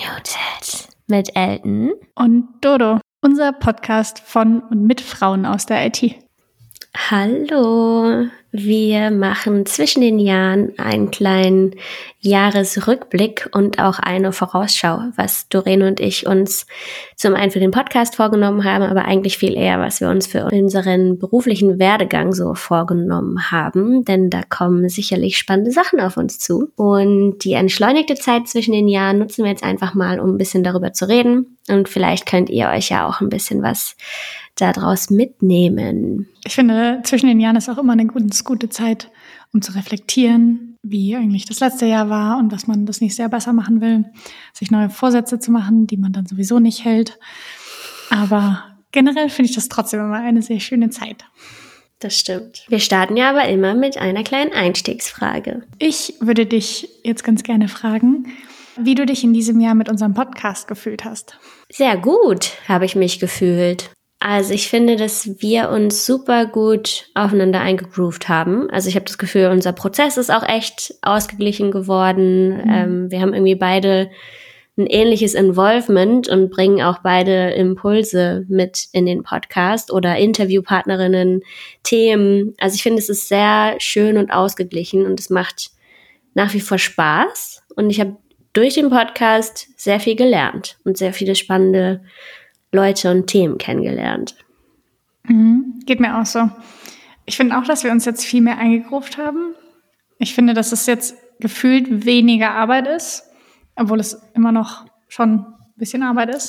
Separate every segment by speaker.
Speaker 1: Unmuted mit Elton
Speaker 2: und Dodo, unser Podcast von und mit Frauen aus der IT.
Speaker 1: Hallo, wir machen zwischen den Jahren einen kleinen Jahresrückblick und auch eine Vorausschau, was Doreen und ich uns zum einen für den Podcast vorgenommen haben, aber eigentlich viel eher, was wir uns für unseren beruflichen Werdegang so vorgenommen haben, denn da kommen sicherlich spannende Sachen auf uns zu. Und die entschleunigte Zeit zwischen den Jahren nutzen wir jetzt einfach mal, um ein bisschen darüber zu reden, und vielleicht könnt ihr euch ja auch ein bisschen was daraus mitnehmen.
Speaker 2: Ich finde, zwischen den Jahren ist auch immer eine gute Zeit, um zu reflektieren, wie eigentlich das letzte Jahr war und was man das nächste Jahr besser machen will, sich neue Vorsätze zu machen, die man dann sowieso nicht hält. Aber generell finde ich das trotzdem immer eine sehr schöne Zeit.
Speaker 1: Das stimmt. Wir starten ja aber immer mit einer kleinen Einstiegsfrage.
Speaker 2: Ich würde dich jetzt ganz gerne fragen, wie du dich in diesem Jahr mit unserem Podcast gefühlt hast.
Speaker 1: Sehr gut habe ich mich gefühlt. Also ich finde, dass wir uns super gut aufeinander eingegroovt haben. Also ich habe das Gefühl, unser Prozess ist auch echt ausgeglichen geworden. Wir haben irgendwie beide ein ähnliches Involvement und bringen auch beide Impulse mit in den Podcast oder Interviewpartnerinnen, Themen. Also ich finde, es ist sehr schön und ausgeglichen und es macht nach wie vor Spaß. Und ich habe durch den Podcast sehr viel gelernt und sehr viele spannende Leute und Themen kennengelernt.
Speaker 2: Geht mir auch so. Ich finde auch, dass wir uns jetzt viel mehr eingegroovt haben. Ich finde, dass es jetzt gefühlt weniger Arbeit ist, obwohl es immer noch schon ein bisschen Arbeit ist.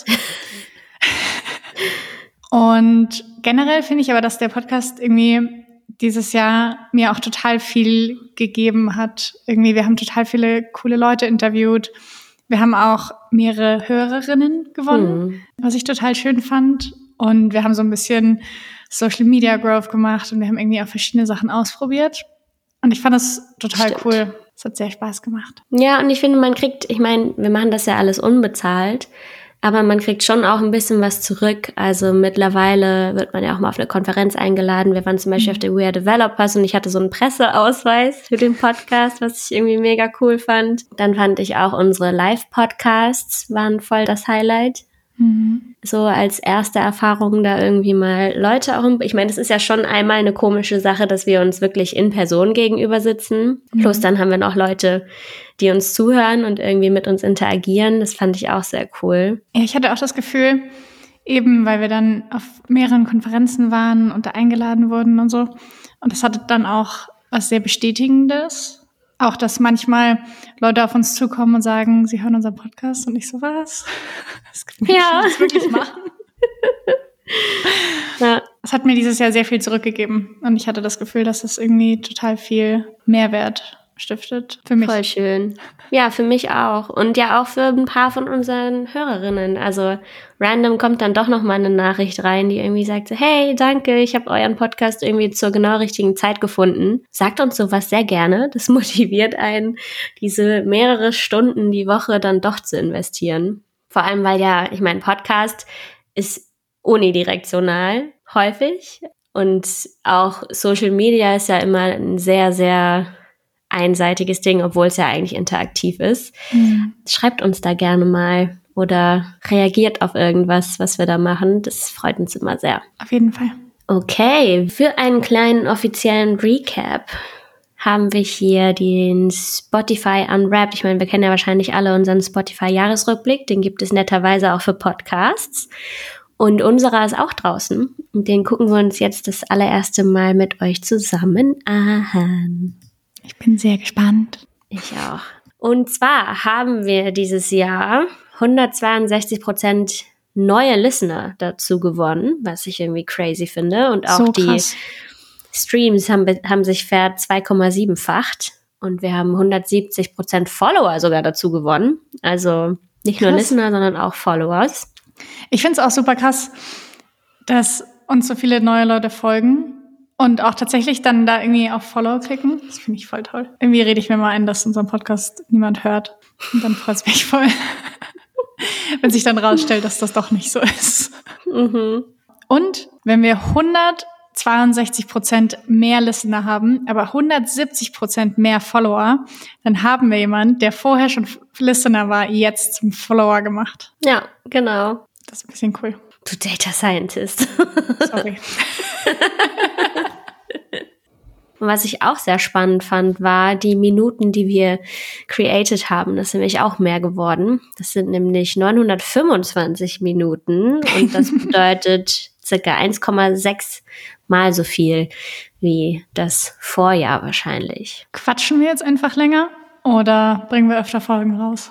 Speaker 2: Und generell finde ich aber, dass der Podcast irgendwie dieses Jahr mir auch total viel gegeben hat. Irgendwie, wir haben total viele coole Leute interviewt. Wir haben auch mehrere Hörerinnen gewonnen, was ich total schön fand. Und wir haben so ein bisschen Social Media Growth gemacht und wir haben irgendwie auch verschiedene Sachen ausprobiert. Und ich fand das total cool. Es hat sehr Spaß gemacht.
Speaker 1: Ja, und ich finde, ich meine, wir machen das ja alles unbezahlt, aber man kriegt schon auch ein bisschen was zurück. Also mittlerweile wird man ja auch mal auf eine Konferenz eingeladen. Wir waren zum Beispiel auf der We Are Developers und ich hatte so einen Presseausweis für den Podcast, was ich irgendwie mega cool fand. Dann fand ich auch unsere Live-Podcasts waren voll das Highlight. So als erste Erfahrung da irgendwie mal Leute auch, ich meine, das ist ja schon einmal eine komische Sache, dass wir uns wirklich in Person gegenüber sitzen. Plus dann haben wir noch Leute, die uns zuhören und irgendwie mit uns interagieren. Das fand ich auch sehr cool.
Speaker 2: Ja, ich hatte auch das Gefühl, eben weil wir dann auf mehreren Konferenzen waren und da eingeladen wurden und so. Und das hatte dann auch was sehr Bestätigendes. Auch, dass manchmal Leute auf uns zukommen und sagen, sie hören unseren Podcast und ich so, was? Das gibt Menschen, die das wirklich machen. Ja. Das hat mir dieses Jahr sehr viel zurückgegeben und ich hatte das Gefühl, dass es irgendwie total viel Mehrwert stiftet für mich.
Speaker 1: Voll schön. Ja, für mich auch. Und ja auch für ein paar von unseren Hörerinnen. Also random kommt dann doch nochmal eine Nachricht rein, die irgendwie sagt so, hey, danke, ich habe euren Podcast irgendwie zur genau richtigen Zeit gefunden. Sagt uns sowas sehr gerne. Das motiviert einen, diese mehrere Stunden die Woche dann doch zu investieren. Vor allem, weil ja, ich meine, Podcast ist unidirektional häufig. Und auch Social Media ist ja immer ein sehr, sehr einseitiges Ding, obwohl es ja eigentlich interaktiv ist. Schreibt uns da gerne mal oder reagiert auf irgendwas, was wir da machen. Das freut uns immer sehr.
Speaker 2: Auf jeden Fall.
Speaker 1: Okay, für einen kleinen offiziellen Recap haben wir hier den Spotify Unwrapped. Ich meine, wir kennen ja wahrscheinlich alle unseren Spotify-Jahresrückblick. Den gibt es netterweise auch für Podcasts. Und unserer ist auch draußen. Und den gucken wir uns jetzt das allererste Mal mit euch zusammen an.
Speaker 2: Ich bin sehr gespannt.
Speaker 1: Ich auch. Und zwar haben wir dieses Jahr 162% neue Listener dazu gewonnen, was ich irgendwie crazy finde. Und auch so die Streams haben sich 2,7-facht. Und wir haben 170% Follower sogar dazu gewonnen. Also nicht nur Listener, sondern auch Followers.
Speaker 2: Ich finde es auch super krass, dass uns so viele neue Leute folgen. Und auch tatsächlich dann da irgendwie auf Follow klicken. Das finde ich voll toll. Irgendwie rede ich mir mal ein, dass unseren Podcast niemand hört. Und dann freut es mich voll, wenn sich dann rausstellt, dass das doch nicht so ist. Und wenn wir 62% mehr Listener haben, aber 170% mehr Follower, dann haben wir jemanden, der vorher schon Listener war, jetzt zum Follower gemacht.
Speaker 1: Ja, genau.
Speaker 2: Das ist ein bisschen cool.
Speaker 1: Du Data Scientist.
Speaker 2: Sorry.
Speaker 1: Und was ich auch sehr spannend fand, war die Minuten, die wir created haben. Das sind nämlich auch mehr geworden. Das sind nämlich 925 Minuten und das bedeutet circa 1,6 Mal so viel wie das Vorjahr wahrscheinlich.
Speaker 2: Quatschen wir jetzt einfach länger oder bringen wir öfter Folgen raus?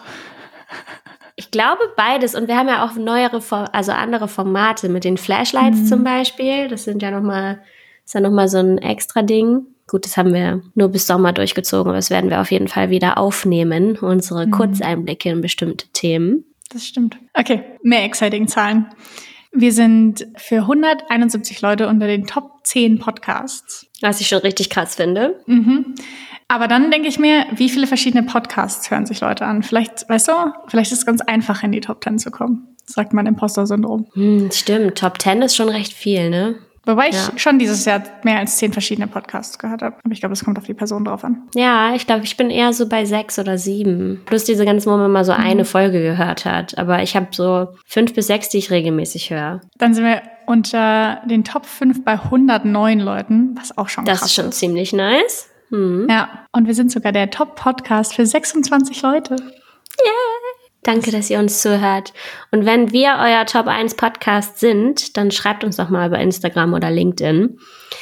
Speaker 1: Ich glaube beides. Und wir haben ja auch andere Formate mit den Flashlights zum Beispiel. Das ist ja nochmal so ein extra Ding. Gut, das haben wir nur bis Sommer durchgezogen, aber das werden wir auf jeden Fall wieder aufnehmen. Unsere Kurzeinblicke in bestimmte Themen.
Speaker 2: Das stimmt. Okay, mehr exciting Zahlen. Wir sind für 171 Leute unter den Top 10 Podcasts.
Speaker 1: Was ich schon richtig krass finde.
Speaker 2: Aber dann denke ich mir, wie viele verschiedene Podcasts hören sich Leute an? Vielleicht, weißt du, vielleicht ist es ganz einfach, in die Top 10 zu kommen. Das sagt man Imposter-Syndrom.
Speaker 1: Stimmt, Top 10 ist schon recht viel, ne?
Speaker 2: Wobei ich schon dieses Jahr mehr als 10 verschiedene Podcasts gehört habe. Aber ich glaube, es kommt auf die Person drauf an.
Speaker 1: Ja, ich glaube, ich bin eher so bei 6 oder 7. Plus diese ganzen, wo man mal so eine Folge gehört hat. Aber ich habe so 5 bis 6, die ich regelmäßig höre.
Speaker 2: Dann sind wir unter den Top 5 bei 109 Leuten, was auch schon krass ist.
Speaker 1: Das ist schon ziemlich nice.
Speaker 2: Ja, und wir sind sogar der Top-Podcast für 26 Leute.
Speaker 1: Yeah. Danke, dass ihr uns zuhört. Und wenn wir euer Top 1 Podcast sind, dann schreibt uns doch mal über Instagram oder LinkedIn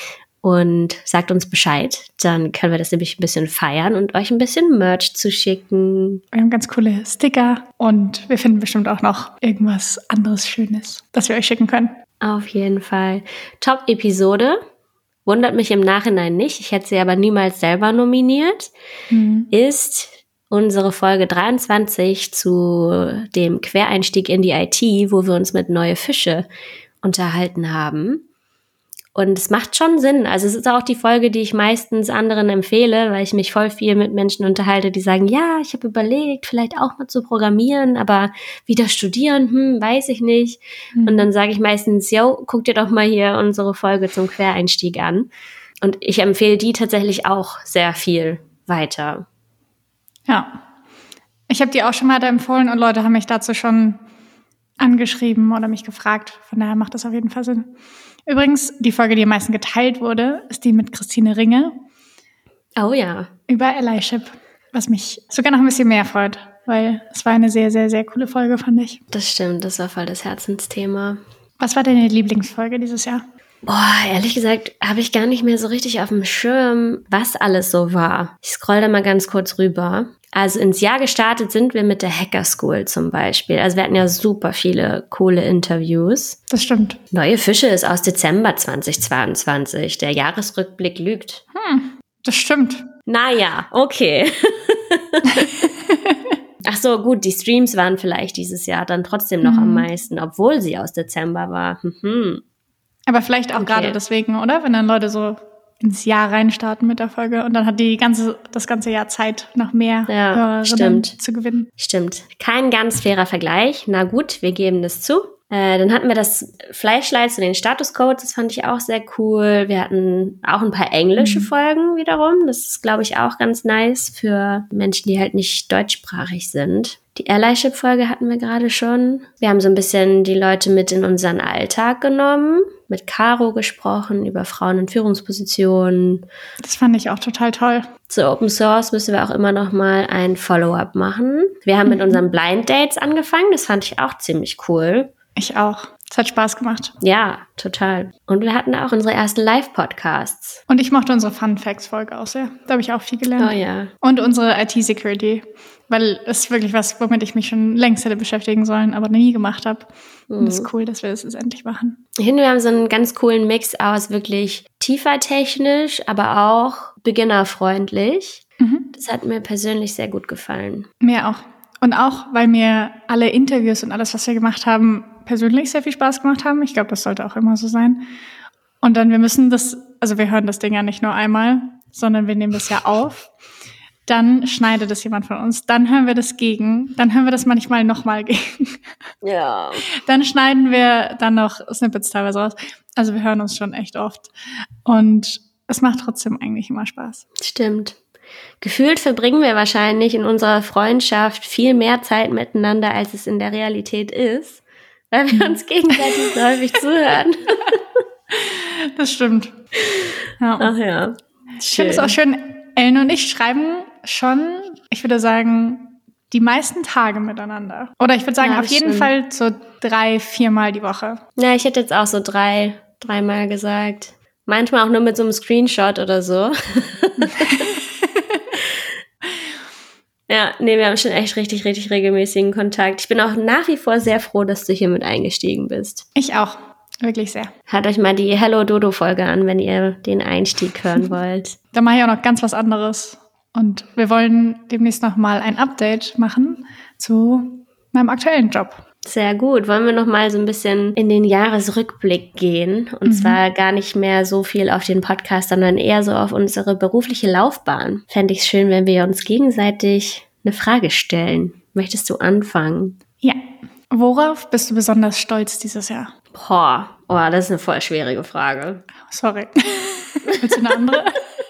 Speaker 1: und sagt uns Bescheid. Dann können wir das nämlich ein bisschen feiern und euch ein bisschen Merch zuschicken.
Speaker 2: Wir haben ganz coole Sticker und wir finden bestimmt auch noch irgendwas anderes Schönes, das wir euch schicken können.
Speaker 1: Auf jeden Fall. Top-Episode. Wundert mich im Nachhinein nicht. Ich hätte sie aber niemals selber nominiert. Ist unsere Folge 23 zu dem Quereinstieg in die IT, wo wir uns mit Neue Fische unterhalten haben. Und es macht schon Sinn. Also es ist auch die Folge, die ich meistens anderen empfehle, weil ich mich voll viel mit Menschen unterhalte, die sagen, ja, ich habe überlegt, vielleicht auch mal zu programmieren, aber wieder studieren, weiß ich nicht. Und dann sage ich meistens, yo, guck dir doch mal hier unsere Folge zum Quereinstieg an. Und ich empfehle die tatsächlich auch sehr viel weiter.
Speaker 2: Ja, ich habe die auch schon weiterempfohlen und Leute haben mich dazu schon angeschrieben oder mich gefragt. Von daher macht das auf jeden Fall Sinn. Übrigens, die Folge, die am meisten geteilt wurde, ist die mit Christine Ringe.
Speaker 1: Oh ja.
Speaker 2: Über Allyship, was mich sogar noch ein bisschen mehr freut, weil es war eine sehr, sehr, sehr coole Folge, fand ich.
Speaker 1: Das stimmt, das war voll das Herzensthema.
Speaker 2: Was war deine Lieblingsfolge dieses Jahr?
Speaker 1: Boah, ehrlich gesagt, habe ich gar nicht mehr so richtig auf dem Schirm, was alles so war. Ich scroll da mal ganz kurz rüber. Also ins Jahr gestartet sind wir mit der Hacker School zum Beispiel. Also wir hatten ja super viele coole Interviews.
Speaker 2: Das stimmt.
Speaker 1: Neue Fische ist aus Dezember 2022. Der Jahresrückblick lügt.
Speaker 2: Das stimmt.
Speaker 1: Naja, okay. Ach so, gut, die Streams waren vielleicht dieses Jahr dann trotzdem noch am meisten, obwohl sie aus Dezember war.
Speaker 2: Aber vielleicht auch gerade deswegen, oder? Wenn dann Leute so ins Jahr reinstarten mit der Folge und dann hat das ganze Jahr Zeit, noch mehr Hörerinnen zu gewinnen.
Speaker 1: Stimmt. Kein ganz fairer Vergleich. Na gut, wir geben das zu. Dann hatten wir das Flashlights und den Statuscodes, das fand ich auch sehr cool. Wir hatten auch ein paar englische Folgen wiederum. Das ist, glaube ich, auch ganz nice für Menschen, die halt nicht deutschsprachig sind. Die Allyship-Folge hatten wir gerade schon. Wir haben so ein bisschen die Leute mit in unseren Alltag genommen, mit Caro gesprochen, über Frauen in Führungspositionen.
Speaker 2: Das fand ich auch total toll.
Speaker 1: Zu Open Source müssen wir auch immer noch mal ein Follow-up machen. Wir haben mit unseren Blind Dates angefangen, das fand ich auch ziemlich cool.
Speaker 2: Ich auch. Es hat Spaß gemacht.
Speaker 1: Ja, total. Und wir hatten auch unsere ersten Live-Podcasts.
Speaker 2: Und ich mochte unsere Fun Facts-Folge auch sehr. Da habe ich auch viel gelernt.
Speaker 1: Oh ja.
Speaker 2: Und unsere IT-Security. Weil es ist wirklich was, womit ich mich schon längst hätte beschäftigen sollen, aber nie gemacht habe. Und es ist cool, dass wir das jetzt endlich machen.
Speaker 1: Wir haben so einen ganz coolen Mix aus wirklich tiefer technisch, aber auch beginnerfreundlich. Das hat mir persönlich sehr gut gefallen.
Speaker 2: Mir auch. Und auch, weil mir alle Interviews und alles, was wir gemacht haben, persönlich sehr viel Spaß gemacht haben. Ich glaube, das sollte auch immer so sein. Und dann, wir hören das Ding ja nicht nur einmal, sondern wir nehmen das ja auf. Dann schneidet es jemand von uns. Dann hören wir das gegen. Dann hören wir das manchmal nochmal gegen.
Speaker 1: Ja.
Speaker 2: Dann schneiden wir dann noch Snippets teilweise raus. Also wir hören uns schon echt oft. Und es macht trotzdem eigentlich immer Spaß.
Speaker 1: Stimmt. Gefühlt verbringen wir wahrscheinlich in unserer Freundschaft viel mehr Zeit miteinander, als es in der Realität ist, weil wir uns gegenseitig so häufig zuhören.
Speaker 2: Das stimmt. Ja.
Speaker 1: Ach ja.
Speaker 2: Ich finde es auch schön, Ellen und ich schreiben schon, ich würde sagen, die meisten Tage miteinander. Oder ich würde sagen, auf jeden Fall so 3-4 Mal die Woche.
Speaker 1: Ja, ich hätte jetzt auch so 3-mal gesagt. Manchmal auch nur mit so einem Screenshot oder so. Ja, nee, wir haben schon echt richtig, richtig regelmäßigen Kontakt. Ich bin auch nach wie vor sehr froh, dass du hier mit eingestiegen bist.
Speaker 2: Ich auch. Wirklich sehr.
Speaker 1: Hört euch mal die Hello Dodo-Folge an, wenn ihr den Einstieg hören wollt.
Speaker 2: Da mache ich auch noch ganz was anderes. Und wir wollen demnächst noch mal ein Update machen zu meinem aktuellen Job.
Speaker 1: Sehr gut. Wollen wir noch mal so ein bisschen in den Jahresrückblick gehen? Und zwar gar nicht mehr so viel auf den Podcast, sondern eher so auf unsere berufliche Laufbahn. Fände ich es schön, wenn wir uns gegenseitig eine Frage stellen. Möchtest du anfangen?
Speaker 2: Ja. Worauf bist du besonders stolz dieses Jahr?
Speaker 1: Oh, das ist eine voll schwierige Frage.
Speaker 2: Sorry. Willst du eine andere?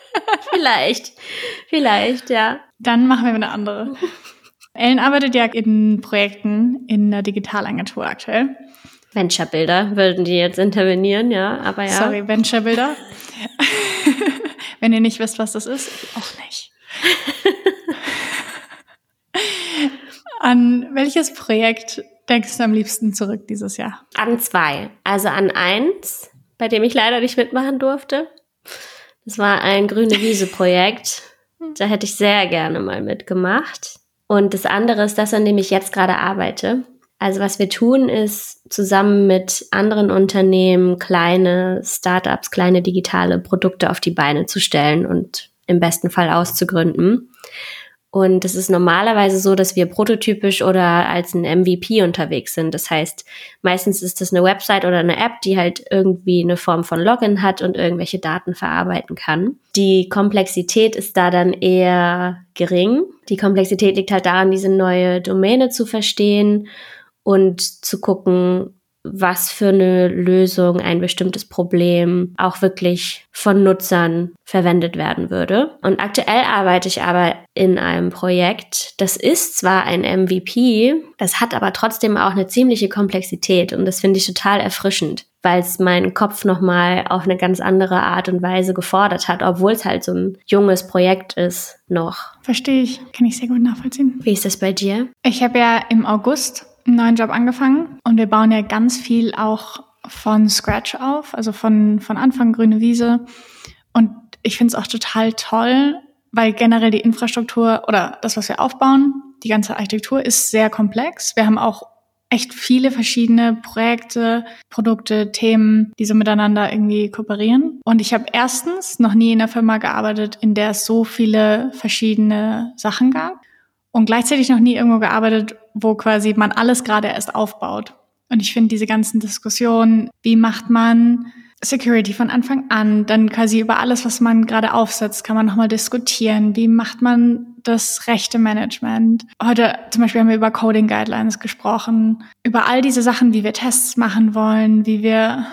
Speaker 1: Vielleicht, ja.
Speaker 2: Dann machen wir eine andere. Ellen arbeitet ja in Projekten in der Digitalagentur aktuell.
Speaker 1: Venture-Builder würden die jetzt intervenieren, ja, aber ja.
Speaker 2: Sorry, Venture-Builder. Wenn ihr nicht wisst, was das ist, auch nicht. An welches Projekt denkst du am liebsten zurück dieses Jahr?
Speaker 1: An 2. Also an 1, bei dem ich leider nicht mitmachen durfte. Das war ein Grüne-Wiese-Projekt. Da hätte ich sehr gerne mal mitgemacht. Und das andere ist das, an dem ich jetzt gerade arbeite. Also was wir tun, ist zusammen mit anderen Unternehmen kleine Startups, kleine digitale Produkte auf die Beine zu stellen und im besten Fall auszugründen. Und es ist normalerweise so, dass wir prototypisch oder als ein MVP unterwegs sind. Das heißt, meistens ist das eine Website oder eine App, die halt irgendwie eine Form von Login hat und irgendwelche Daten verarbeiten kann. Die Komplexität ist da dann eher gering. Die Komplexität liegt halt daran, diese neue Domäne zu verstehen und zu gucken, was für eine Lösung ein bestimmtes Problem auch wirklich von Nutzern verwendet werden würde. Und aktuell arbeite ich aber in einem Projekt, das ist zwar ein MVP, das hat aber trotzdem auch eine ziemliche Komplexität und das finde ich total erfrischend, weil es meinen Kopf nochmal auf eine ganz andere Art und Weise gefordert hat, obwohl es halt so ein junges Projekt ist noch.
Speaker 2: Verstehe ich, kann ich sehr gut nachvollziehen.
Speaker 1: Wie ist das bei dir?
Speaker 2: Ich habe ja im August einen neuen Job angefangen und wir bauen ja ganz viel auch von Scratch auf, also von Anfang grüne Wiese. Und ich finde es auch total toll, weil generell die Infrastruktur oder das, was wir aufbauen, die ganze Architektur ist sehr komplex. Wir haben auch echt viele verschiedene Projekte, Produkte, Themen, die so miteinander irgendwie kooperieren. Und ich habe erstens noch nie in einer Firma gearbeitet, in der es so viele verschiedene Sachen gab. Und gleichzeitig noch nie irgendwo gearbeitet, wo quasi man alles gerade erst aufbaut. Und ich finde diese ganzen Diskussionen, wie macht man Security von Anfang an, dann quasi über alles, was man gerade aufsetzt, kann man nochmal diskutieren. Wie macht man das Rechte-Management? Heute zum Beispiel haben wir über Coding Guidelines gesprochen, über all diese Sachen, wie wir Tests machen wollen, wie wir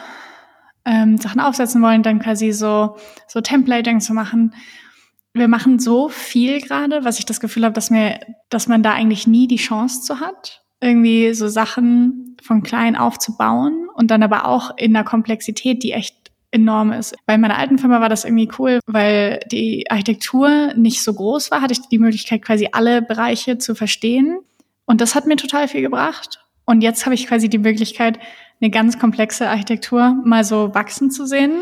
Speaker 2: Sachen aufsetzen wollen, dann quasi so Templating zu machen. Wir machen so viel gerade, was ich das Gefühl habe, dass man da eigentlich nie die Chance zu hat, irgendwie so Sachen von klein aufzubauen und dann aber auch in einer Komplexität, die echt enorm ist. Bei meiner alten Firma war das irgendwie cool, weil die Architektur nicht so groß war, hatte ich die Möglichkeit, quasi alle Bereiche zu verstehen. Und das hat mir total viel gebracht. Und jetzt habe ich quasi die Möglichkeit, eine ganz komplexe Architektur mal so wachsen zu sehen.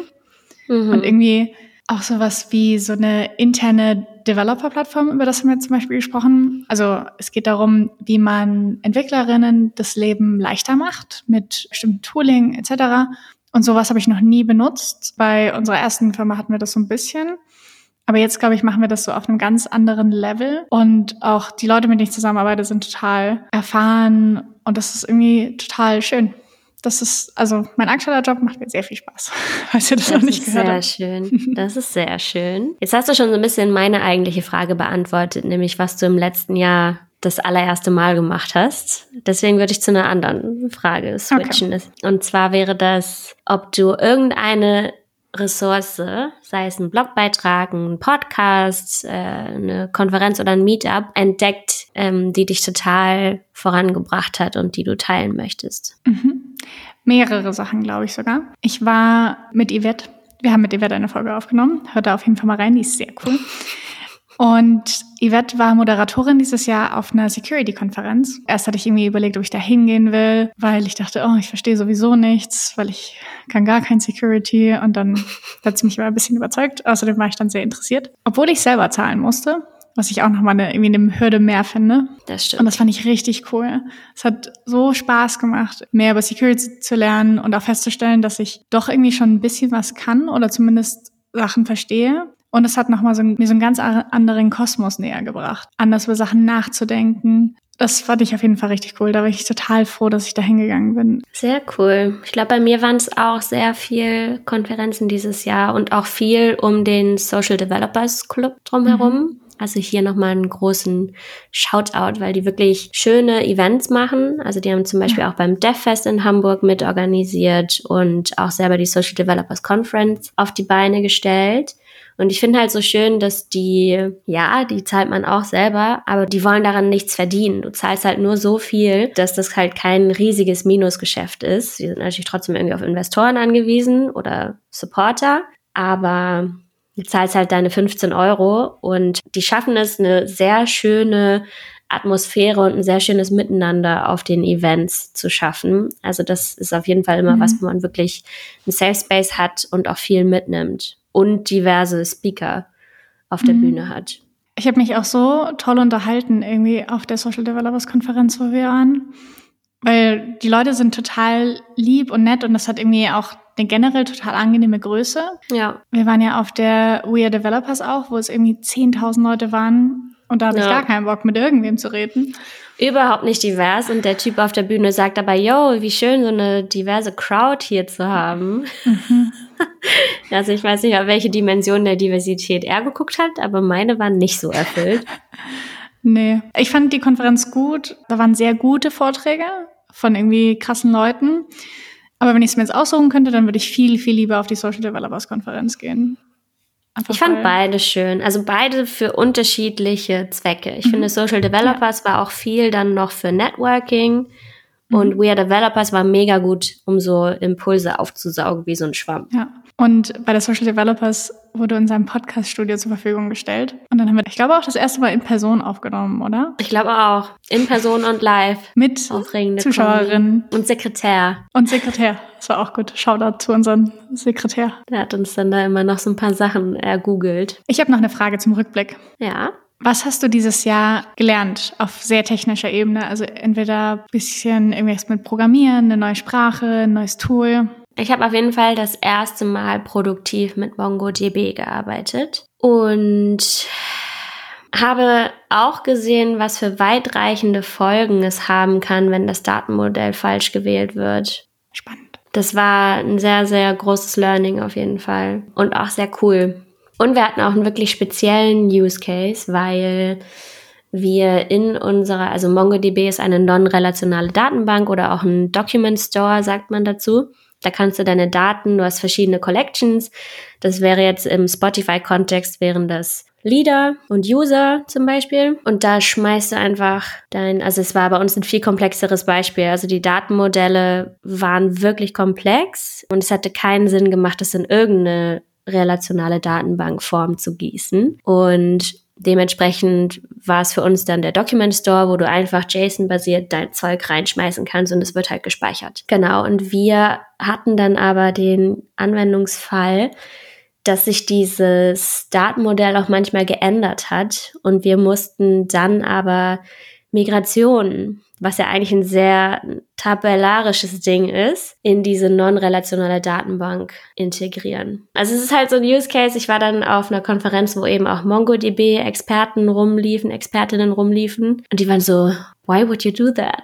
Speaker 2: Und irgendwie auch sowas wie so eine interne Developer-Plattform, über das haben wir zum Beispiel gesprochen. Also es geht darum, wie man Entwicklerinnen das Leben leichter macht mit bestimmten Tooling etc. Und sowas habe ich noch nie benutzt. Bei unserer ersten Firma hatten wir das so ein bisschen. Aber jetzt, glaube ich, machen wir das so auf einem ganz anderen Level. Und auch die Leute, mit denen ich zusammenarbeite, sind total erfahren. Und das ist irgendwie total schön. Das ist, also mein aktueller Job macht mir sehr viel Spaß, falls ihr das noch nicht gehört habt.
Speaker 1: Das ist sehr schön. Das ist sehr schön. Jetzt hast du schon so ein bisschen meine eigentliche Frage beantwortet, nämlich was du im letzten Jahr das allererste Mal gemacht hast. Deswegen würde ich zu einer anderen Frage switchen. Okay. Und zwar wäre das, ob du irgendeine Ressource, sei es ein Blogbeitrag, ein Podcast, eine Konferenz oder ein Meetup, entdeckt, die dich total vorangebracht hat und die du teilen möchtest.
Speaker 2: Mehrere Sachen, glaube ich sogar. Ich war mit Yvette, wir haben mit Yvette eine Folge aufgenommen, hört da auf jeden Fall mal rein, die ist sehr cool. Und Yvette war Moderatorin dieses Jahr auf einer Security-Konferenz. Erst hatte ich irgendwie überlegt, ob ich da hingehen will, weil ich dachte, ich verstehe sowieso nichts, weil ich kann gar kein Security. Und dann hat sie mich mal ein bisschen überzeugt. Außerdem war ich dann sehr interessiert. Obwohl ich selber zahlen musste, was ich auch nochmal irgendwie eine Hürde mehr finde.
Speaker 1: Das stimmt.
Speaker 2: Und das fand ich richtig cool. Es hat so Spaß gemacht, mehr über Security zu lernen und auch festzustellen, dass ich doch irgendwie schon ein bisschen was kann oder zumindest Sachen verstehe. Und es hat nochmal mir so einen ganz anderen Kosmos näher gebracht. Anders über Sachen nachzudenken. Das fand ich auf jeden Fall richtig cool. Da war ich total froh, dass ich da hingegangen bin.
Speaker 1: Sehr cool. Ich glaube, bei mir waren es auch sehr viel Konferenzen dieses Jahr und auch viel um den Social Developers Club drumherum. Also hier nochmal einen großen Shoutout, weil die wirklich schöne Events machen. Also die haben zum Beispiel auch beim DevFest in Hamburg mitorganisiert und auch selber die Social Developers Conference auf die Beine gestellt. Und ich finde halt so schön, dass die zahlt man auch selber, aber die wollen daran nichts verdienen. Du zahlst halt nur so viel, dass das halt kein riesiges Minusgeschäft ist. Die sind natürlich trotzdem irgendwie auf Investoren angewiesen oder Supporter, aber du zahlst halt deine 15 € und die schaffen es, eine sehr schöne Atmosphäre und ein sehr schönes Miteinander auf den Events zu schaffen. Also das ist auf jeden Fall immer was, wo man wirklich einen Safe Space hat und auch viel mitnimmt. Und diverse Speaker auf der Bühne hat.
Speaker 2: Ich habe mich auch so toll unterhalten irgendwie auf der Social Developers Konferenz, wo wir waren, weil die Leute sind total lieb und nett und das hat irgendwie auch eine generell total angenehme Größe.
Speaker 1: Ja.
Speaker 2: Wir waren ja auf der We Are Developers auch, wo es irgendwie 10.000 Leute waren und da hatte ich gar keinen Bock, mit irgendwem zu reden.
Speaker 1: Überhaupt nicht divers und der Typ auf der Bühne sagt aber, wie schön, so eine diverse Crowd hier zu haben. Also ich weiß nicht, auf welche Dimension der Diversität er geguckt hat, aber meine waren nicht so erfüllt.
Speaker 2: Nee, ich fand die Konferenz gut. Da waren sehr gute Vorträge von irgendwie krassen Leuten. Aber wenn ich es mir jetzt aussuchen könnte, dann würde ich viel, viel lieber auf die Social Developers Konferenz gehen.
Speaker 1: Ich fand beide schön, also beide für unterschiedliche Zwecke. Ich finde, Social Developers war auch viel dann noch für Networking und We Are Developers war mega gut, um so Impulse aufzusaugen wie so ein Schwamm.
Speaker 2: Ja, und bei der Social Developers wurde unser Podcast-Studio zur Verfügung gestellt. Und dann haben wir, ich glaube, auch das erste Mal in Person aufgenommen, oder?
Speaker 1: Ich glaube auch. In Person und live.
Speaker 2: Mit
Speaker 1: aufregende
Speaker 2: Zuschauerinnen.
Speaker 1: Und Sekretär.
Speaker 2: Das war auch gut. Shoutout zu unserem Sekretär.
Speaker 1: Der hat uns dann da immer noch so ein paar Sachen ergoogelt.
Speaker 2: Ich habe noch eine Frage zum Rückblick.
Speaker 1: Ja.
Speaker 2: Was hast du dieses Jahr gelernt auf sehr technischer Ebene? Also entweder ein bisschen irgendwas mit Programmieren, eine neue Sprache, ein neues Tool.
Speaker 1: Ich habe auf jeden Fall das erste Mal produktiv mit MongoDB gearbeitet und habe auch gesehen, was für weitreichende Folgen es haben kann, wenn das Datenmodell falsch gewählt wird.
Speaker 2: Spannend.
Speaker 1: Das war ein sehr, sehr großes Learning auf jeden Fall und auch sehr cool. Und wir hatten auch einen wirklich speziellen Use Case, weil wir in unserer, also MongoDB ist eine non-relationale Datenbank oder auch ein Document Store, sagt man dazu. Da kannst du deine Daten, du hast verschiedene Collections. Das wäre jetzt im Spotify-Kontext, wären das Lieder und User zum Beispiel. Und da schmeißt du einfach also es war bei uns ein viel komplexeres Beispiel. Also die Datenmodelle waren wirklich komplex und es hatte keinen Sinn gemacht, das in irgendeine relationale Datenbankform zu gießen. Und dementsprechend war es für uns dann der Document Store, wo du einfach JSON-basiert dein Zeug reinschmeißen kannst und es wird halt gespeichert. Genau, und wir hatten dann aber den Anwendungsfall, dass sich dieses Datenmodell auch manchmal geändert hat und wir mussten dann aber Migration, was ja eigentlich ein sehr tabellarisches Ding ist, in diese non-relationale Datenbank integrieren. Also es ist halt so ein Use Case. Ich war dann auf einer Konferenz, wo eben auch MongoDB-Expertinnen rumliefen und die waren so, why would you do that?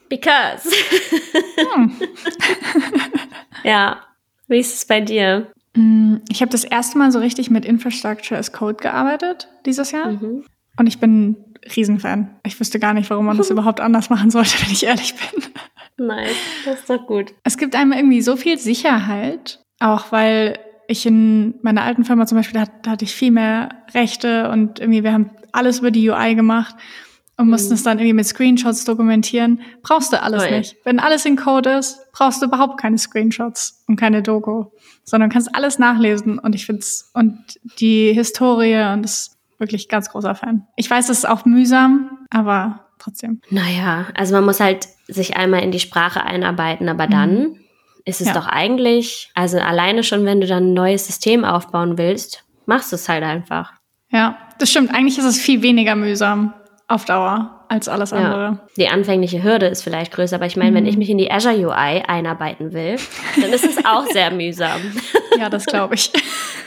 Speaker 1: Because. Ja, wie ist es bei dir?
Speaker 2: Ich habe das erste Mal so richtig mit Infrastructure as Code gearbeitet dieses Jahr. Und ich bin ein Riesenfan. Ich wüsste gar nicht, warum man das überhaupt anders machen sollte, wenn ich ehrlich bin.
Speaker 1: Nice, das ist doch gut.
Speaker 2: Es gibt einem irgendwie so viel Sicherheit, auch weil ich in meiner alten Firma zum Beispiel, da hatte ich viel mehr Rechte und irgendwie wir haben alles über die UI gemacht und mussten es dann irgendwie mit Screenshots dokumentieren. Brauchst du alles nicht. Wenn alles in Code ist, brauchst du überhaupt keine Screenshots und keine Doku, sondern kannst alles nachlesen und ich find's, und die Historie, und das ist wirklich ganz großer Fan. Ich weiß, es ist auch mühsam, aber trotzdem.
Speaker 1: Naja, also man muss halt sich einmal in die Sprache einarbeiten, aber dann ist es doch eigentlich, also alleine schon, wenn du dann ein neues System aufbauen willst, machst du es halt einfach.
Speaker 2: Ja, das stimmt. Eigentlich ist es viel weniger mühsam auf Dauer als alles andere.
Speaker 1: Die anfängliche Hürde ist vielleicht größer, aber ich meine, wenn ich mich in die Azure UI einarbeiten will, dann ist es auch sehr mühsam.
Speaker 2: Ja, das glaube ich.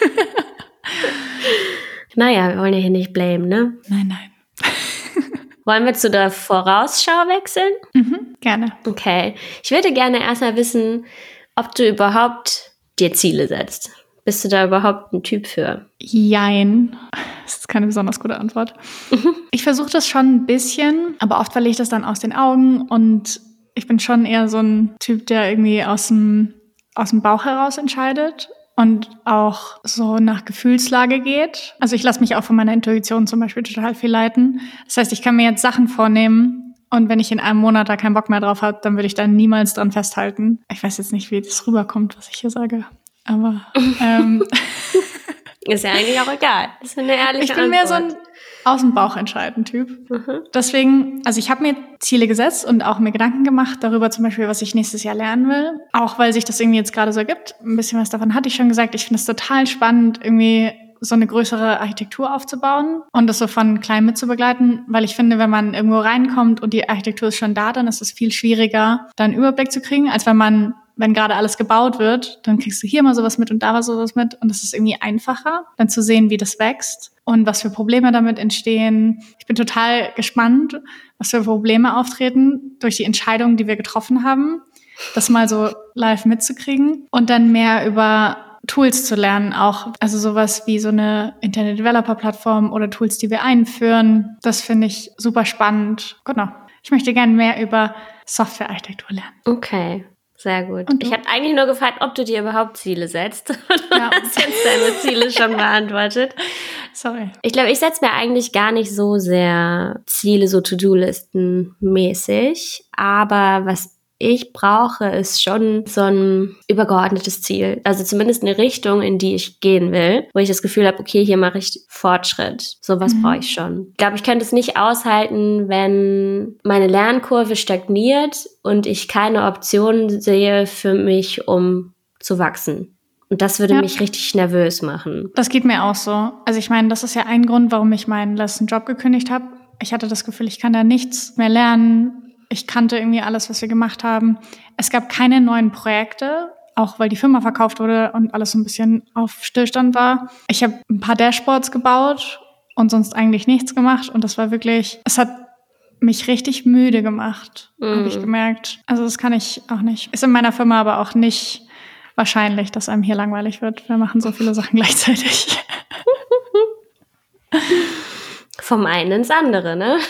Speaker 1: Naja, wir wollen ja hier nicht blamen, ne?
Speaker 2: Nein.
Speaker 1: Wollen wir zu der Vorausschau wechseln?
Speaker 2: Gerne.
Speaker 1: Okay. Ich würde gerne erstmal wissen, ob du überhaupt dir Ziele setzt. Bist du da überhaupt ein Typ für?
Speaker 2: Jein. Das ist keine besonders gute Antwort. Ich versuche das schon ein bisschen, aber oft verliere ich das dann aus den Augen und ich bin schon eher so ein Typ, der irgendwie aus dem Bauch heraus entscheidet und auch so nach Gefühlslage geht. Also ich lasse mich auch von meiner Intuition zum Beispiel total viel leiten. Das heißt, ich kann mir jetzt Sachen vornehmen und wenn ich in einem Monat da keinen Bock mehr drauf habe, dann würde ich da niemals dran festhalten. Ich weiß jetzt nicht, wie das rüberkommt, was ich hier sage. Aber
Speaker 1: ist ja eigentlich auch egal. Das ist eine ehrliche Antwort.
Speaker 2: Ich bin mehr so ein aus dem Bauch entscheiden Typ. Deswegen, also ich habe mir Ziele gesetzt und auch mir Gedanken gemacht darüber zum Beispiel, was ich nächstes Jahr lernen will. Auch weil sich das irgendwie jetzt gerade so ergibt. Ein bisschen was davon hatte ich schon gesagt. Ich finde es total spannend, irgendwie so eine größere Architektur aufzubauen und das so von klein mit zu begleiten, weil ich finde, wenn man irgendwo reinkommt und die Architektur ist schon da, dann ist es viel schwieriger, da einen Überblick zu kriegen, als wenn gerade alles gebaut wird, dann kriegst du hier mal sowas mit und da mal sowas mit und es ist irgendwie einfacher, dann zu sehen, wie das wächst und was für Probleme damit entstehen. Ich bin total gespannt, was für Probleme auftreten durch die Entscheidungen, die wir getroffen haben, das mal so live mitzukriegen und dann mehr über Tools zu lernen auch. Also sowas wie so eine Internet-Developer-Plattform oder Tools, die wir einführen. Das finde ich super spannend. Genau. Ich möchte gerne mehr über Softwarearchitektur lernen.
Speaker 1: Okay. Sehr gut. Ich habe eigentlich nur gefragt, ob du dir überhaupt Ziele setzt. Du hast jetzt deine Ziele schon beantwortet.
Speaker 2: Sorry.
Speaker 1: Ich glaube, ich setze mir eigentlich gar nicht so sehr Ziele, so To-Do-Listen mäßig. Aber was ich brauche, ist schon so ein übergeordnetes Ziel. Also zumindest eine Richtung, in die ich gehen will, wo ich das Gefühl habe, okay, hier mache ich Fortschritt. Sowas brauche ich schon. Ich glaube, ich könnte es nicht aushalten, wenn meine Lernkurve stagniert und ich keine Option sehe für mich, um zu wachsen. Und das würde mich richtig nervös machen.
Speaker 2: Das geht mir auch so. Also ich meine, das ist ja ein Grund, warum ich meinen letzten Job gekündigt habe. Ich hatte das Gefühl, ich kann da nichts mehr lernen. Ich kannte irgendwie alles, was wir gemacht haben. Es gab keine neuen Projekte, auch weil die Firma verkauft wurde und alles so ein bisschen auf Stillstand war. Ich habe ein paar Dashboards gebaut und sonst eigentlich nichts gemacht. Und das war wirklich, es hat mich richtig müde gemacht, habe ich gemerkt. Also das kann ich auch nicht. Ist in meiner Firma aber auch nicht wahrscheinlich, dass einem hier langweilig wird. Wir machen so viele Sachen gleichzeitig.
Speaker 1: Vom einen ins andere, ne?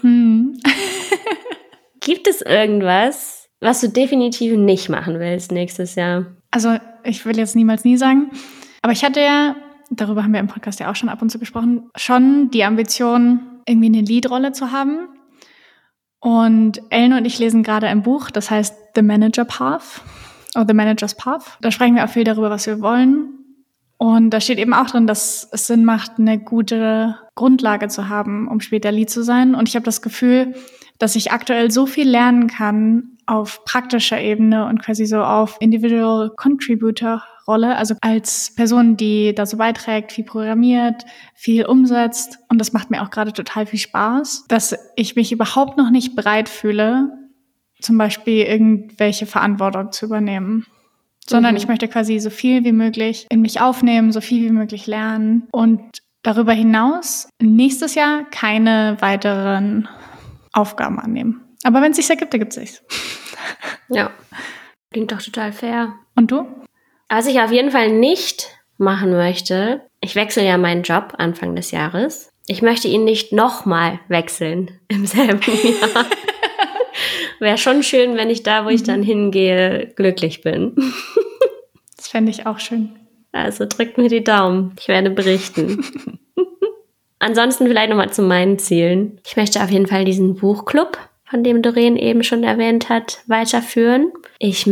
Speaker 1: Gibt es irgendwas, was du definitiv nicht machen willst nächstes Jahr?
Speaker 2: Also ich will jetzt niemals nie sagen, aber ich hatte ja, darüber haben wir im Podcast ja auch schon ab und zu gesprochen, schon die Ambition, irgendwie eine Lead-Rolle zu haben. Und Ellen und ich lesen gerade ein Buch, das heißt The Manager Path oder The Manager's Path. Da sprechen wir auch viel darüber, was wir wollen. Und da steht eben auch drin, dass es Sinn macht, eine gute Grundlage zu haben, um später Lead zu sein. Und ich habe das Gefühl, dass ich aktuell so viel lernen kann auf praktischer Ebene und quasi so auf Individual Contributor Rolle, also als Person, die dazu beiträgt, viel programmiert, viel umsetzt. Und das macht mir auch gerade total viel Spaß, dass ich mich überhaupt noch nicht bereit fühle, zum Beispiel irgendwelche Verantwortung zu übernehmen. Sondern ich möchte quasi so viel wie möglich in mich aufnehmen, so viel wie möglich lernen und darüber hinaus nächstes Jahr keine weiteren Aufgaben annehmen. Aber wenn es sich ergibt, ergibt es sich.
Speaker 1: Ja, klingt doch total fair.
Speaker 2: Und du?
Speaker 1: Was ich auf jeden Fall nicht machen möchte. Ich wechsle ja meinen Job Anfang des Jahres. Ich möchte ihn nicht nochmal wechseln im selben Jahr. Wäre schon schön, wenn ich da, wo ich dann hingehe, glücklich bin.
Speaker 2: Das fände ich auch schön.
Speaker 1: Also drückt mir die Daumen. Ich werde berichten. Ansonsten vielleicht nochmal zu meinen Zielen. Ich möchte auf jeden Fall diesen Buchclub, von dem Doreen eben schon erwähnt hat, weiterführen. Ich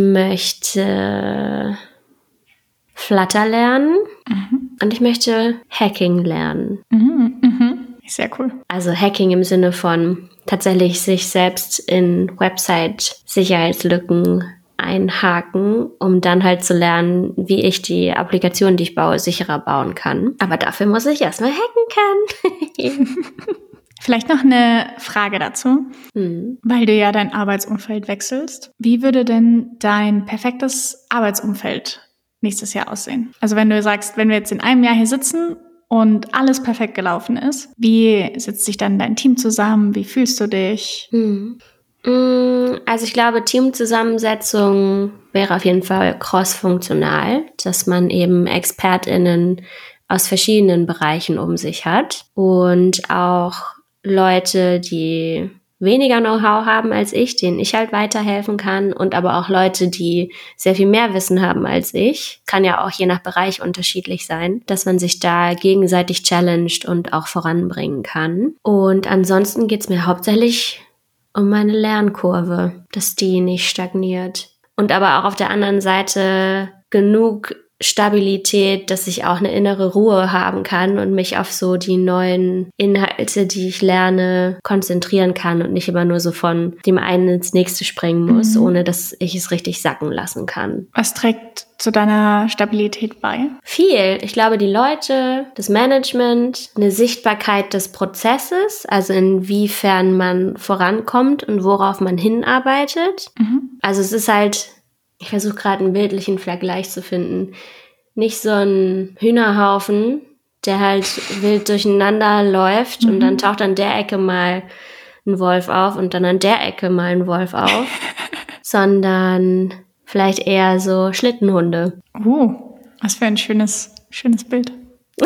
Speaker 1: möchte Flutter lernen und ich möchte Hacking lernen.
Speaker 2: Sehr cool.
Speaker 1: Also Hacking im Sinne von tatsächlich sich selbst in Website-Sicherheitslücken einhaken, um dann halt zu lernen, wie ich die Applikation, die ich baue, sicherer bauen kann. Aber dafür muss ich erstmal hacken können.
Speaker 2: Vielleicht noch eine Frage dazu, weil du ja dein Arbeitsumfeld wechselst. Wie würde denn dein perfektes Arbeitsumfeld nächstes Jahr aussehen? Also wenn du sagst, wenn wir jetzt in einem Jahr hier sitzen und alles perfekt gelaufen ist, wie setzt sich dann dein Team zusammen? Wie fühlst du dich?
Speaker 1: Also ich glaube, Teamzusammensetzung wäre auf jeden Fall cross-funktional, dass man eben ExpertInnen aus verschiedenen Bereichen um sich hat und auch Leute, die weniger Know-how haben als ich, denen ich halt weiterhelfen kann und aber auch Leute, die sehr viel mehr Wissen haben als ich. Kann ja auch je nach Bereich unterschiedlich sein, dass man sich da gegenseitig challenged und auch voranbringen kann. Und ansonsten geht's mir hauptsächlich um meine Lernkurve, dass die nicht stagniert. Und aber auch auf der anderen Seite genug Stabilität, dass ich auch eine innere Ruhe haben kann und mich auf so die neuen Inhalte, die ich lerne, konzentrieren kann und nicht immer nur so von dem einen ins nächste springen muss, ohne dass ich es richtig sacken lassen kann.
Speaker 2: Was trägt zu deiner Stabilität bei?
Speaker 1: Viel. Ich glaube, die Leute, das Management, eine Sichtbarkeit des Prozesses, also inwiefern man vorankommt und worauf man hinarbeitet. Also es ist halt, ich versuche gerade einen bildlichen Vergleich zu finden, nicht so ein Hühnerhaufen, der halt wild durcheinander läuft und dann taucht an der Ecke mal ein Wolf auf und dann an der Ecke mal ein Wolf auf, sondern vielleicht eher so Schlittenhunde.
Speaker 2: Was für ein schönes Bild.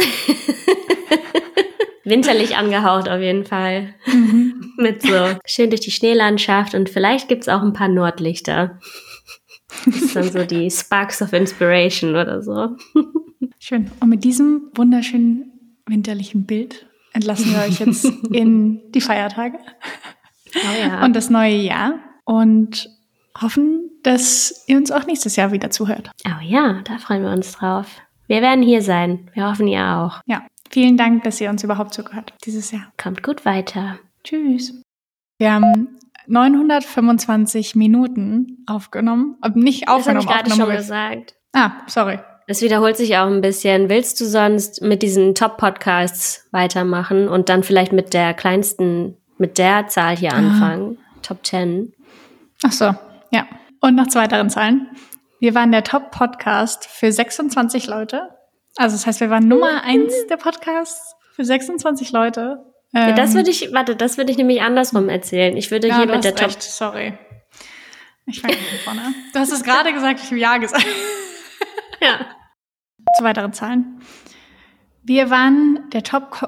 Speaker 1: Winterlich angehaucht auf jeden Fall. Mit so schön durch die Schneelandschaft und vielleicht gibt's auch ein paar Nordlichter. Das ist dann so die Sparks of Inspiration oder so.
Speaker 2: Schön. Und mit diesem wunderschönen winterlichen Bild entlassen wir euch jetzt in die Feiertage und das neue Jahr und hoffen, dass ihr uns auch nächstes Jahr wieder zuhört.
Speaker 1: Oh ja, da freuen wir uns drauf. Wir werden hier sein. Wir hoffen, ihr auch.
Speaker 2: Ja, vielen Dank, dass ihr uns überhaupt zugehört dieses Jahr.
Speaker 1: Kommt gut weiter.
Speaker 2: Tschüss. Wir haben 925 Minuten aufgenommen. Nicht aufgenommen.
Speaker 1: Das habe ich gerade schon gesagt.
Speaker 2: Sorry.
Speaker 1: Es wiederholt sich auch ein bisschen. Willst du sonst mit diesen Top-Podcasts weitermachen und dann vielleicht mit der Zahl hier anfangen? Top 10.
Speaker 2: Ach so, ja. Und noch 2 weiteren Zahlen. Wir waren der Top-Podcast für 26 Leute. Also das heißt, wir waren Nummer 1 der Podcasts für 26 Leute.
Speaker 1: Ja, das würde ich nämlich andersrum erzählen. Ich würde hier mit der Top...
Speaker 2: Sorry. Ich fange von vorne an. Du hast es gerade gesagt, ich habe Ja gesagt.
Speaker 1: Ja.
Speaker 2: 2 weiteren Zahlen. Wir waren der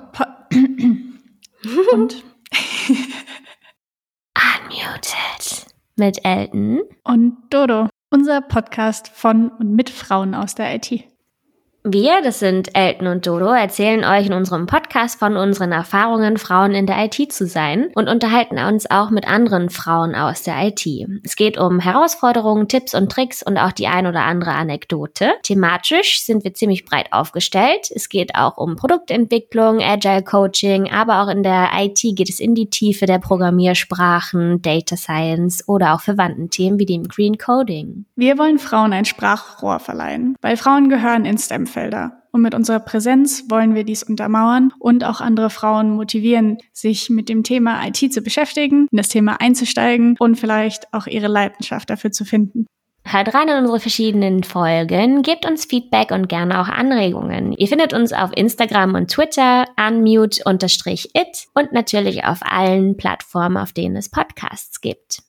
Speaker 2: und
Speaker 1: Unmuted mit Elton
Speaker 2: und Dodo. Unser Podcast von und mit Frauen aus der IT.
Speaker 1: Wir, das sind Elton und Dodo, erzählen euch in unserem Podcast von unseren Erfahrungen, Frauen in der IT zu sein und unterhalten uns auch mit anderen Frauen aus der IT. Es geht um Herausforderungen, Tipps und Tricks und auch die ein oder andere Anekdote. Thematisch sind wir ziemlich breit aufgestellt. Es geht auch um Produktentwicklung, Agile Coaching, aber auch in der IT geht es in die Tiefe der Programmiersprachen, Data Science oder auch verwandten Themen wie dem Green Coding.
Speaker 2: Wir wollen Frauen ein Sprachrohr verleihen, weil Frauen gehören in STEM-Felder. Und mit unserer Präsenz wollen wir dies untermauern und auch andere Frauen motivieren, sich mit dem Thema IT zu beschäftigen, in das Thema einzusteigen und vielleicht auch ihre Leidenschaft dafür zu finden.
Speaker 1: Hört rein in unsere verschiedenen Folgen, gebt uns Feedback und gerne auch Anregungen. Ihr findet uns auf Instagram und Twitter, unmute_it und natürlich auf allen Plattformen, auf denen es Podcasts gibt.